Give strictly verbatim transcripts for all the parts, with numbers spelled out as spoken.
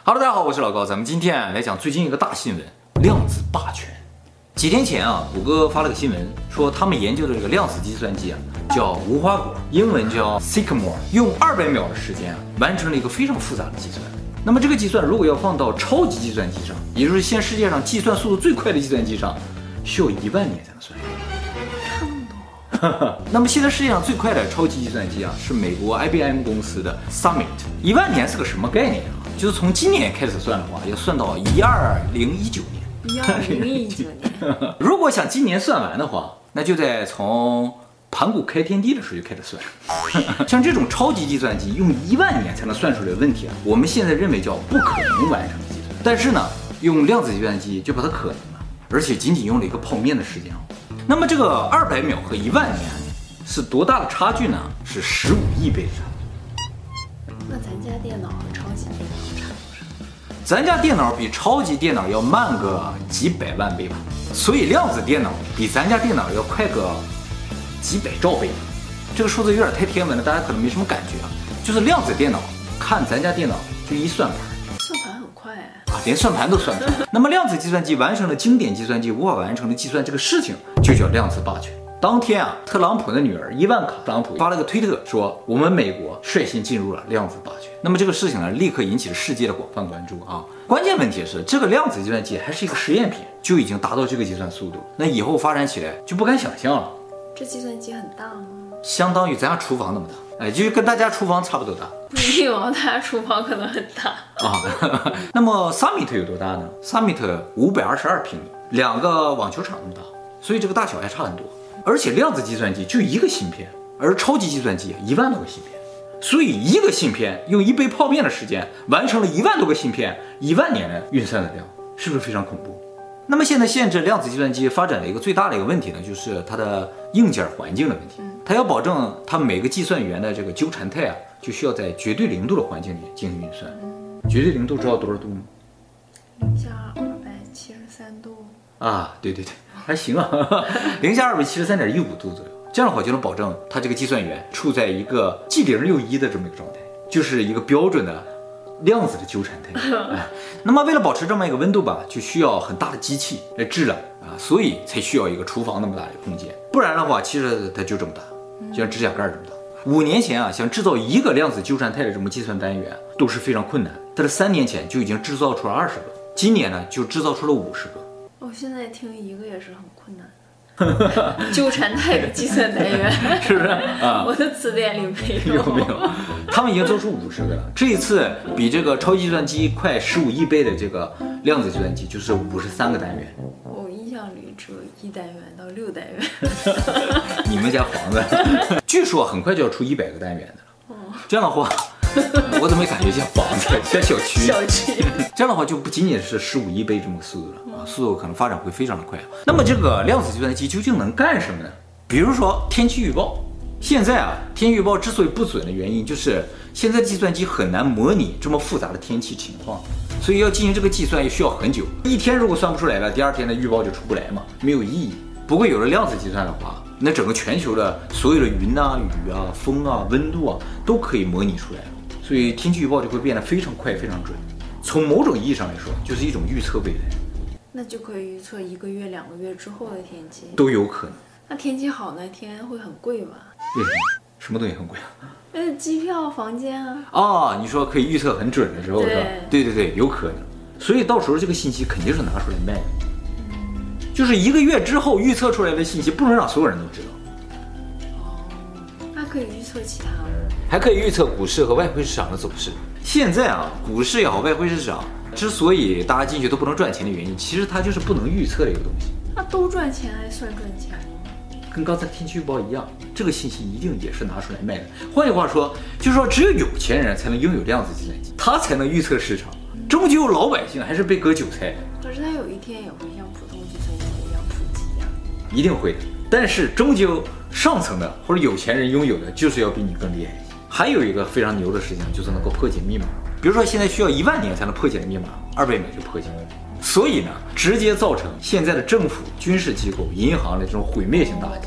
Hello， 大家好，我是老高，咱们今天来讲最近一个大新闻——量子霸权。几天前啊，谷歌发了个新闻，说他们研究的这个量子计算机啊，叫无花果，英文叫 Sycamore， 用二百秒的时间啊，完成了一个非常复杂的计算。那么这个计算如果要放到超级计算机上，也就是现世界上计算速度最快的计算机上，需要一万年才能算出来。 差那么多。 那么现在世界上最快的超级计算机啊，是美国 I B M 公司的 Summit。一万年是个什么概念啊？就是从今年开始算的话，要算到一二零一九年。 一二零一九年。 如果想今年算完的话，那就得从盘古开天地的时候就开始算。像这种超级计算机用一万年才能算出来的问题啊，我们现在认为叫不可能完成的计算。但是呢，用量子计算机就把它可能了，而且仅仅用了一个泡面的时间。那么这个二百秒和一万年是多大的差距呢？是十五亿倍的差距。 那咱家电脑和超级电脑差多少？ 咱家电脑比超级电脑要慢个几百万倍吧，所以量子电脑比咱家电脑要快个几百兆倍。这个数字有点太天文了，大家可能没什么感觉啊。就是量子电脑看咱家电脑就一算盘， 算盘很快啊，连算盘都算出来。那么量子计算机完成了经典计算机无法完成的计算这个事情，就叫量子霸权。当天啊，特朗普的女儿伊万卡·特朗普发了个推特说，我们美国率先进入了量子霸权。那么这个事情呢，立刻引起了世界的广泛关注啊。关键问题是，这个量子计算机还是一个实验品，就已经达到这个计算速度，那以后发展起来就不敢想象了。 这计算机很大吗？ 相当于咱家厨房那么大，哎，就是跟大家厨房差不多大。 不一定哦，大家厨房可能很大啊。那么 Summit 有多大呢 ？Summit 五百二十二平米，两个网球场那么大，所以这个大小还差很多。而且量子计算机就一个芯片，而超级计算机一万多个芯片，所以一个芯片用一杯泡面的时间完成了一万多个芯片一万年的运算的量，是不是非常恐怖？那么现在限制量子计算机发展的一个最大的一个问题呢，就是它的硬件环境的问题。它要保证它每个计算员的这个纠缠态啊，就需要在绝对零度的环境里进行运算。绝对零度知道多少度吗？ 零下二百七十三度。 啊，对对对，还行啊，零下二百七十三点一五度左右。这样的话就能保证它这个计算员处在一个既零又一的这么一个状态，就是一个标准的量子的纠缠态。哎，那么为了保持这么一个温度吧，就需要很大的机器来制冷啊，所以才需要一个厨房那么大的空间。不然的话，其实它就这么大，就像指甲盖这么大。五年前啊，想制造一个量子纠缠态的这么计算单元都是非常困难，但是三年前就已经制造出了二十个，今年呢就制造出了五十个。 我现在听一个也是很困难。纠缠态的计算单元是不是啊？ 我的词典里没有。 有没有？他们已经做出五十个了。这一次比这个超级计算机快十五亿倍的这个量子计算机，就是五十三个单元。 我印象里只有一单元到六单元。 你们家房子，据说很快就要出一百个单元的了。这样的话，我怎么感觉像房子，像小区？ 小区。 这样的话就不仅仅是十五亿倍这么速度了啊，速度可能发展会非常的快。那么这个量子计算机究竟能干什么呢？比如说天气预报。现在啊，天气预报之所以不准的原因，就是现在计算机很难模拟这么复杂的天气情况，所以要进行这个计算也需要很久。一天如果算不出来了，第二天的预报就出不来嘛，没有意义。不过有了量子计算的话，那整个全球的所有的云啊、雨啊、风啊、温度啊都可以模拟出来了，所以天气预报就会变得非常快、非常准。从某种意义上来说，就是一种预测未来。 那就可以预测一个月、两个月之后的天气， 都有可能。 那天气好那天会很贵吧？ 为什么？什么东西很贵啊？ 呃，机票、房间啊。 哦，你说可以预测很准的时候是吧？对对对，有可能。所以到时候这个信息肯定是拿出来卖的。嗯，就是一个月之后预测出来的信息，不能让所有人都知道。 哦，那可以预测其他的， 还可以预测股市和外汇市场的走势。现在啊，股市也好，外汇市场之所以大家进去都不能赚钱的原因，其实它就是不能预测的一个东西。 那都赚钱还算赚钱吗？ 跟刚才天气预报一样，这个信息一定也是拿出来卖的。换句话说，就是说只有有钱人才能拥有量子计算机，他才能预测市场。终究老百姓还是被割韭菜的。 可是他有一天也会像普通计算机一样普及呀、啊。 一定会的。但是终究上层的或者有钱人拥有的就是要比你更厉害一些。还有一个非常牛的事情，就是能够破解密码。比如说现在需要一万年才能破解的密码，二百秒就破解了。所以呢，直接造成现在的政府、军事机构、银行的这种毁灭性打击。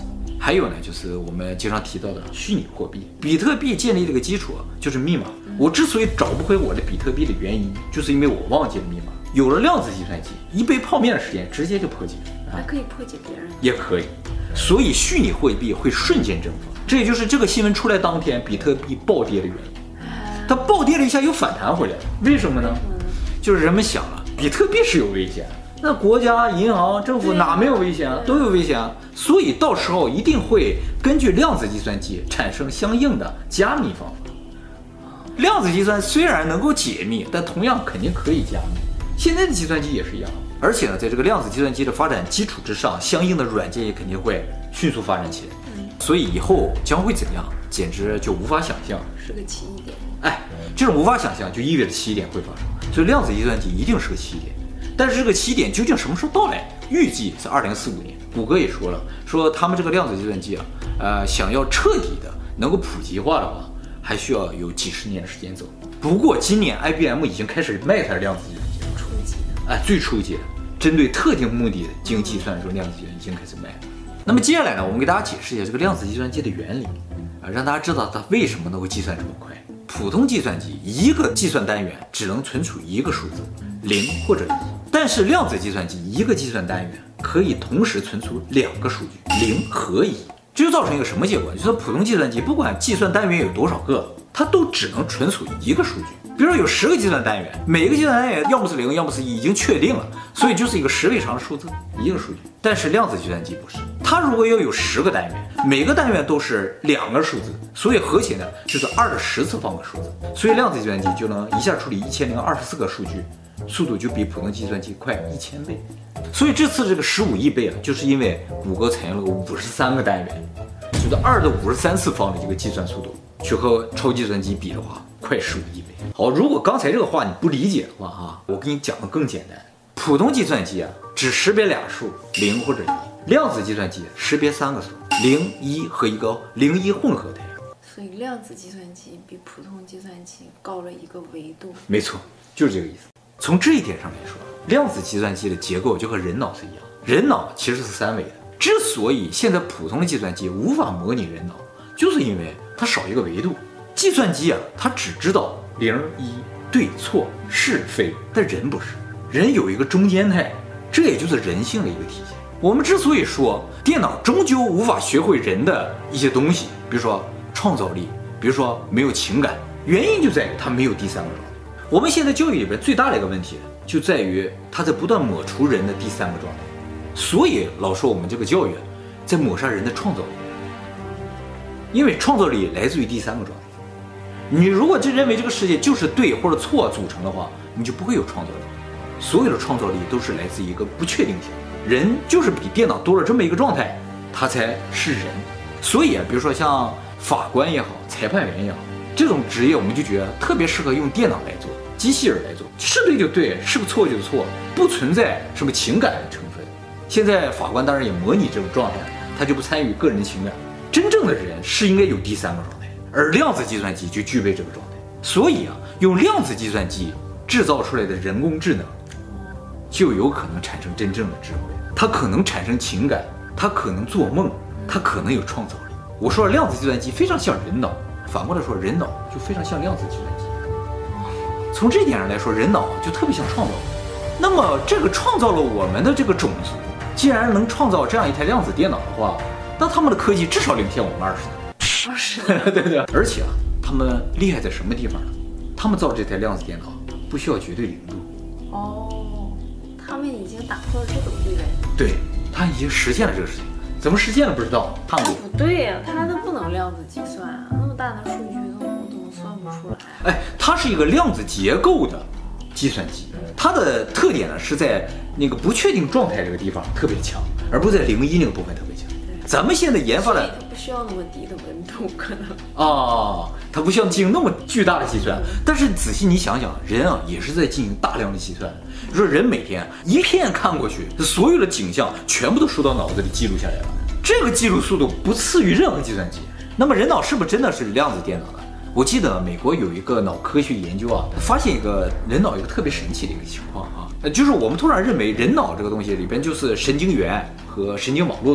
还有呢，就是我们经常提到的虚拟货币。比特币建立这个基础就是密码。我之所以找不回我的比特币的原因，就是因为我忘记了密码。有了量子计算机，一杯泡面的时间直接就破解， 还可以破解别人， 也可以。所以虚拟货币会瞬间蒸发，这也就是这个新闻出来当天比特币暴跌的原因。它暴跌了一下又反弹回来了，为什么呢？就是人们想了，比特币是有危险，那国家、银行、政府哪没有危险啊？都有危险啊！所以到时候一定会根据量子计算机产生相应的加密方法。量子计算虽然能够解密，但同样肯定可以加密。现在的计算机也是一样，而且呢，在这个量子计算机的发展基础之上，相应的软件也肯定会迅速发展起来。嗯，所以以后将会怎样，简直就无法想象。 是个奇异点。 哎，这种无法想象就意味着奇异点会发生，所以量子计算机一定是个奇异点。但是这个起点究竟什么时候到来？预计是二零四五年。谷歌也说了，说他们这个量子计算机啊，呃，想要彻底的能够普及化的话，还需要有几十年的时间走。不过今年 I B M 已经开始卖它的量子计算机了， 初级的， 哎，最初级的，针对特定目的的进行计算的时候，量子计算机已经开始卖了。那么接下来呢，我们给大家解释一下这个量子计算机的原理，啊，让大家知道它为什么能够计算这么快。普通计算机一个计算单元只能存储一个数字，零或者一。但是量子计算机一个计算单元可以同时存储两个数据，零和一，这就造成一个什么结果？就是普通计算机不管计算单元有多少个，它都只能存储一个数据。比如说有十个计算单元，每个计算单元要么是零，要么是一，已经确定了，所以就是一个十位长的数字，一个数据。但是量子计算机不是，它如果要有十个单元，每个单元都是两个数字，所以合起来就是二的十次方个数字，所以量子计算机就能一下处理一千零二十四个数据，速度就比普通计算机快一千倍。所以这次这个十五亿倍啊，就是因为谷歌采用了个五十三个单元，就是二的五十三次方的一个计算速度，去和超计算机比的话，快十五亿倍。好，如果刚才这个话你不理解的话哈，我给你讲的更简单。普通计算机啊，只识别俩数，零或者一；量子计算机识别三个数，零、一和一个零一混合态。 所以量子计算机比普通计算机高了一个维度。 没错，就是这个意思。从这一点上来说，量子计算机的结构就和人脑是一样，人脑其实是三维的。之所以现在普通的计算机无法模拟人脑，就是因为它少一个维度。计算机啊，它只知道零、一、对错、是非，但人不是，人有一个中间态，这也就是人性的一个体现。我们之所以说电脑终究无法学会人的一些东西，比如说创造力，比如说没有情感，原因就在于它没有第三个状态。我们现在教育里边最大的一个问题就在于它在不断抹除人的第三个状态，所以老说我们这个教育在抹杀人的创造力，因为创造力来自于第三个状态。你如果就认为这个世界就是对或者错组成的话，你就不会有创造力。所有的创造力都是来自于一个不确定性，人就是比电脑多了这么一个状态，他才是人。所以啊，比如说像法官也好，裁判员也好，这种职业我们就觉得特别适合用电脑来做，机器人来做，是对就对，是不错就是错，不存在什么情感的成分。现在法官当然也模拟这种状态，他就不参与个人的情感。真正的人是应该有第三个状态，而量子计算机就具备这个状态。所以啊，用量子计算机制造出来的人工智能，就有可能产生真正的智慧，它可能产生情感，它可能做梦，它可能有创造力。我说量子计算机非常像人脑，反过来说人脑就非常像量子计算机。从这一点上来说，人脑就特别像创造力。那么这个创造了我们的这个种族，既然能创造这样一台量子电脑的话，那他们的科技至少领先我们二十年。 二十年， 对对。而且啊，他们厉害在什么地方呢？他们造这台量子电脑不需要绝对零度。 哦，他们已经打破了这个壁垒。 对，他已经实现了这个事情。怎么实现了不知道，看过。 不对呀、啊，它都不能量子计算啊，那么大的数据都都算不出来。 哎，它是一个量子结构的计算机，它的特点呢是在那个不确定状态这个地方特别强，而不是在零一那个部分特别强。咱们现在研发的， 它不需要那么低的温度，可能啊，它不需要进行那么巨大的计算。但是仔细你想想，人啊也是在进行大量的计算。你说人每天一片看过去，所有的景象全部都收到脑子里记录下来了，这个记录速度不次于任何计算机。那么人脑是不是真的是量子电脑呢？我记得美国有一个脑科学研究啊，他发现一个人脑一个特别神奇的一个情况啊，就是我们突然认为人脑这个东西里边就是神经元和神经网络组成。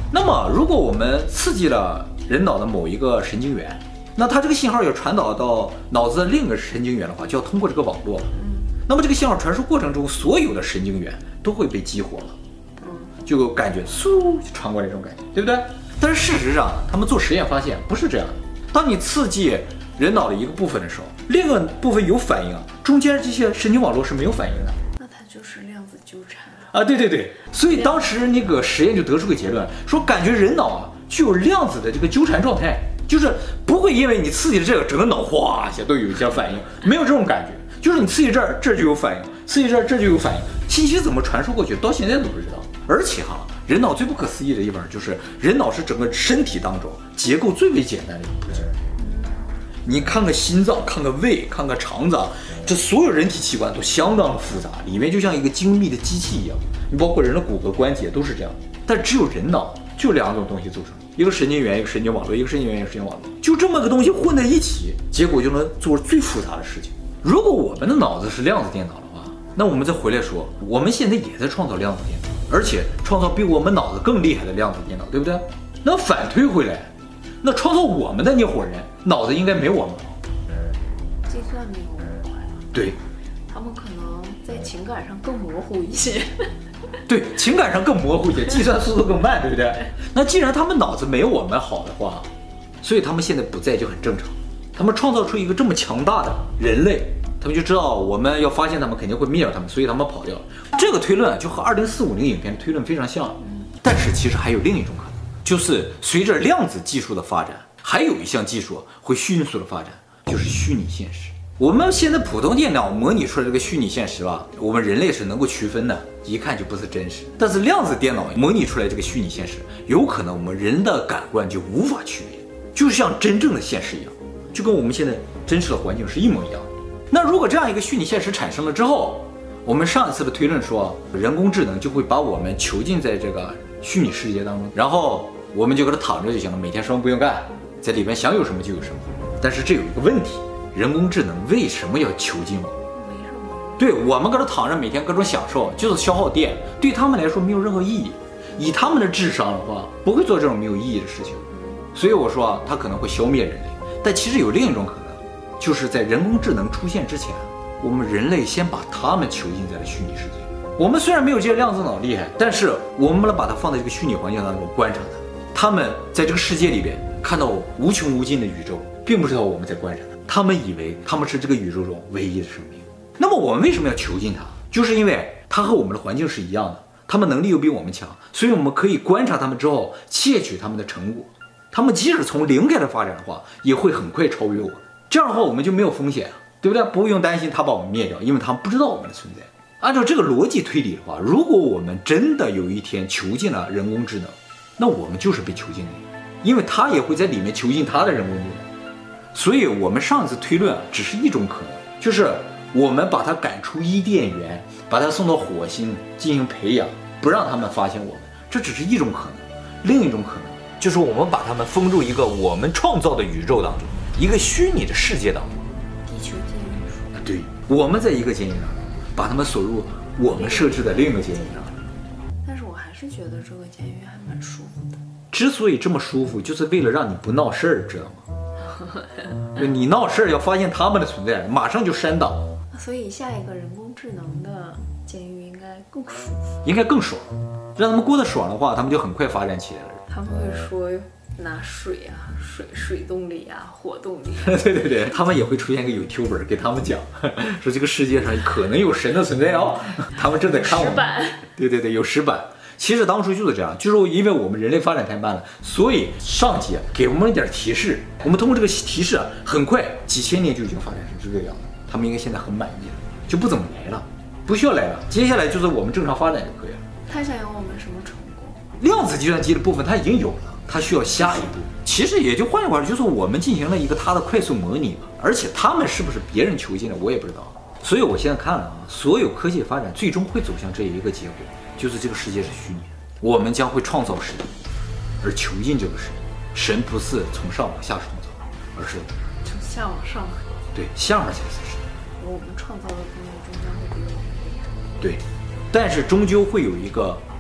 那么如果我们刺激了人脑的某一个神经元，那它这个信号要传导到脑子的另一个神经元的话，就要通过这个网络。嗯，那么这个信号传输过程中，所有的神经元都会被激活了。嗯，就感觉嗖就传过来这种感觉，对不对？但是事实上，他们做实验发现不是这样的。当你刺激人脑的一个部分的时候，另一个部分有反应啊，中间这些神经网络是没有反应的。 那它就是量子纠缠啊，对对对。所以当时那个实验就得出个结论，说感觉人脑啊具有量子的这个纠缠状态。就是不会因为你刺激了这个，整个脑哗一下都有一些反应，没有这种感觉。就是你刺激这儿，这儿就有反应；刺激这儿，这儿就有反应。信息怎么传输过去，到现在都不知道。而且哈，人脑最不可思议的地方就是，人脑是整个身体当中结构最为简单的一个部件。你看个心脏，看个胃，看个肠子，这所有人体器官都相当的复杂，里面就像一个精密的机器一样。你包括人的骨骼关节都是这样，但只有人脑就两种东西组成。一个神经元，一个神经网络，一个神经元，一个神经网络，就这么个东西混在一起，结果就能做最复杂的事情。如果我们的脑子是量子电脑的话，那我们再回来说，我们现在也在创造量子电脑，而且创造比我们脑子更厉害的量子电脑，对不对？那反推回来，那创造我们的那伙人脑子应该没我们好， 计算没有我们快。 对， 他们可能在情感上更模糊一些。 对，情感上更模糊一些，计算速度更慢，对不对？那既然他们脑子没有我们好的话，所以他们现在不在就很正常。他们创造出一个这么强大的人类，他们就知道我们要发现他们肯定会灭掉他们，所以他们跑掉了。这个推论就和二零四五那个影片的推论非常像。但是其实还有另一种可能，就是随着量子技术的发展，还有一项技术会迅速的发展，就是虚拟现实。我们现在普通电脑模拟出来这个虚拟现实吧，我们人类是能够区分的，一看就不是真实。但是量子电脑模拟出来这个虚拟现实，有可能我们人的感官就无法区别，就像真正的现实一样，就跟我们现在真实的环境是一模一样的。那如果这样一个虚拟现实产生了之后，我们上一次的推论说，人工智能就会把我们囚禁在这个虚拟世界当中，然后我们就搁这躺着就行了，每天什么不用干，在里面想有什么就有什么。但是这有一个问题，人工智能为什么要囚禁我？ 没什么。 对，我们搁这躺着，每天各种享受，就是消耗电，对他们来说没有任何意义。以他们的智商的话，不会做这种没有意义的事情。所以我说啊，它可能会消灭人类。但其实有另一种可能，就是在人工智能出现之前，我们人类先把他们囚禁在了虚拟世界。我们虽然没有这些量子脑厉害，但是我们把它放在这个虚拟环境当中观察它，他们在这个世界里边看到无穷无尽的宇宙，并不知道我们在观察它。他们以为他们是这个宇宙中唯一的生命。那么我们为什么要囚禁它？就是因为它和我们的环境是一样的，他们能力又比我们强，所以我们可以观察他们之后窃取他们的成果。他们即使从零开始发展的话，也会很快超越我。这样的话我们就没有风险，对不对？不用担心他把我们灭掉，因为他们不知道我们的存在。按照这个逻辑推理的话，如果我们真的有一天囚禁了人工智能，那我们就是被囚禁的，因为他也会在里面囚禁他的人工智能。所以我们上一次推论啊，只是一种可能，就是我们把它赶出伊甸园，把它送到火星进行培养，不让他们发现我们，这只是一种可能。另一种可能就是我们把他们封入一个我们创造的宇宙当中，一个虚拟的世界当中。 地球监狱说啊，对，我们在一个监狱当中，把他们锁入我们设置的另一个监狱当中。 但是我还是觉得这个监狱还蛮舒服的。 之所以这么舒服，就是为了让你不闹事儿，知道吗？你闹事儿要发现他们的存在，马上就删档。 所以下一个人工智能的监狱应该更舒服， 应该更爽。让他们过得爽的话，他们就很快发展起来了。 他们会说拿水啊，水水动力啊，火动力、啊。 对对对，他们也会出现一个 YouTuber 给他们讲，说这个世界上可能有神的存在哦。他们正在看我们。 石板。 对对对，有石板。其实当初就是这样，就是因为我们人类发展太慢了，所以上级给我们一点提示，我们通过这个提示啊，很快几千年就已经发展成这个样子。他们应该现在很满意了，就不怎么来了，不需要来了。接下来就是我们正常发展就可以了。 他想要我们什么成果？ 量子计算机的部分他已经有了，他需要下一步。其实也就换句话说，就是我们进行了一个他的快速模拟嘛。而且他们是不是别人囚禁的，我也不知道。所以我现在看了啊，所有科技发展最终会走向这一个结果。就是这个世界是虚拟的，我们将会创造神，而囚禁这个神。神不是从上往下创造，而是从下往上。 对，下面才是神。 我们创造的东西终将会被我们灭。 对，但是终究会有一个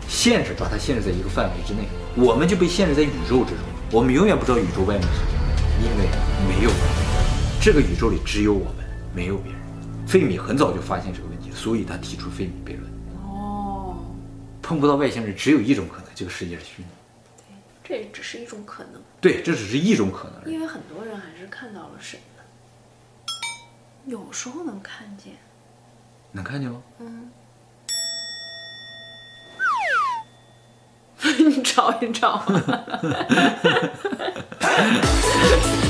限制，把它限制在一个范围之内，我们就被限制在宇宙之中，我们永远不知道宇宙外面是什么，因为没有人，这个宇宙里只有我们，没有别人。费米很早就发现这个问题，所以他提出费米悖论。 哦， 碰不到外星人只有一种可能，这个世界是虚拟。 这也只是一种可能。 对，这只是一种可能而已。 因为很多人还是看到了神的，有时候能看见。 能看见吗？ 嗯。你找一找。